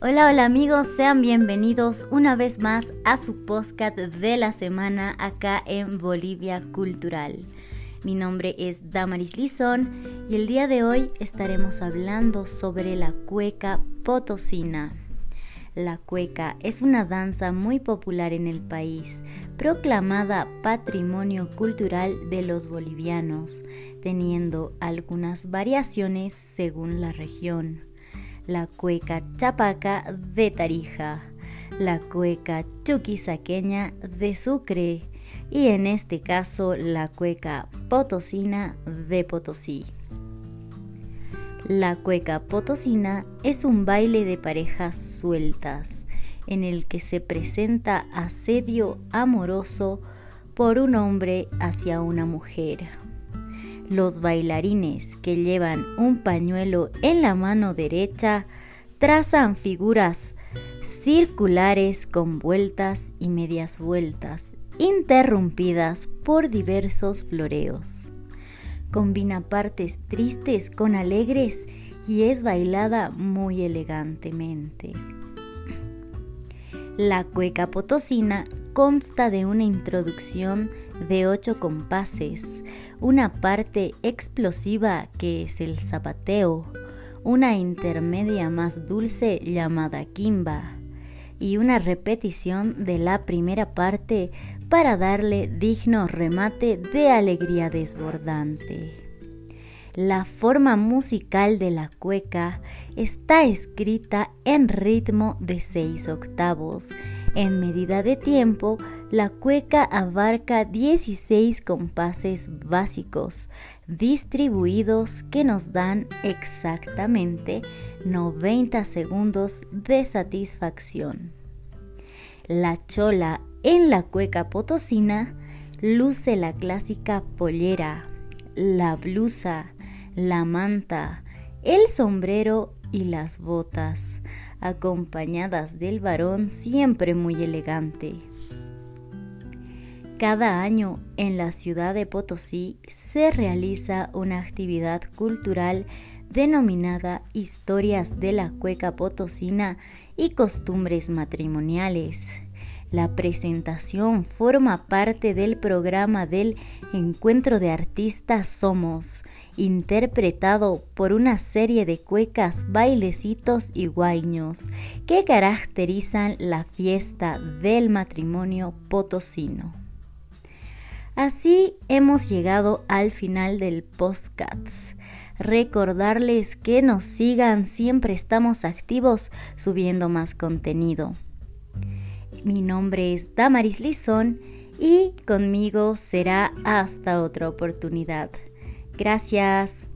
Hola, hola amigos, sean bienvenidos una vez más a su podcast de la semana acá en Bolivia Cultural. Mi nombre es Damaris Lizón y el día de hoy estaremos hablando sobre la cueca potosina. La cueca es una danza muy popular en el país, proclamada Patrimonio Cultural de los bolivianos, teniendo algunas variaciones según la región. La cueca chapaca de Tarija, la cueca chuquisaqueña de Sucre y en este caso la cueca potosina de Potosí. La cueca potosina es un baile de parejas sueltas en el que se presenta asedio amoroso por un hombre hacia una mujer. Los bailarines, que llevan un pañuelo en la mano derecha, trazan figuras circulares con vueltas y medias vueltas, interrumpidas por diversos floreos. Combina partes tristes con alegres y es bailada muy elegantemente. La cueca potosina consta de una introducción de 8 compases, una parte explosiva que es el zapateo, una intermedia más dulce llamada quimba y una repetición de la primera parte para darle digno remate de alegría desbordante. La forma musical de la cueca está escrita en ritmo de 6 octavos. En medida de tiempo, la cueca abarca 16 compases básicos, distribuidos que nos dan exactamente 90 segundos de satisfacción. La chola en la cueca potosina luce la clásica pollera, la blusa, la manta, el sombrero y las botas, acompañadas del varón siempre muy elegante. Cada año en la ciudad de Potosí se realiza una actividad cultural denominada Historias de la Cueca Potosina y Costumbres Matrimoniales. La presentación forma parte del programa del Encuentro de Artistas Somos, interpretado por una serie de cuecas, bailecitos y guaiños que caracterizan la fiesta del matrimonio potosino. Así hemos llegado al final del podcast. Recordarles que nos sigan, siempre estamos activos subiendo más contenido. Mi nombre es Damaris Lizón y conmigo será hasta otra oportunidad. Gracias.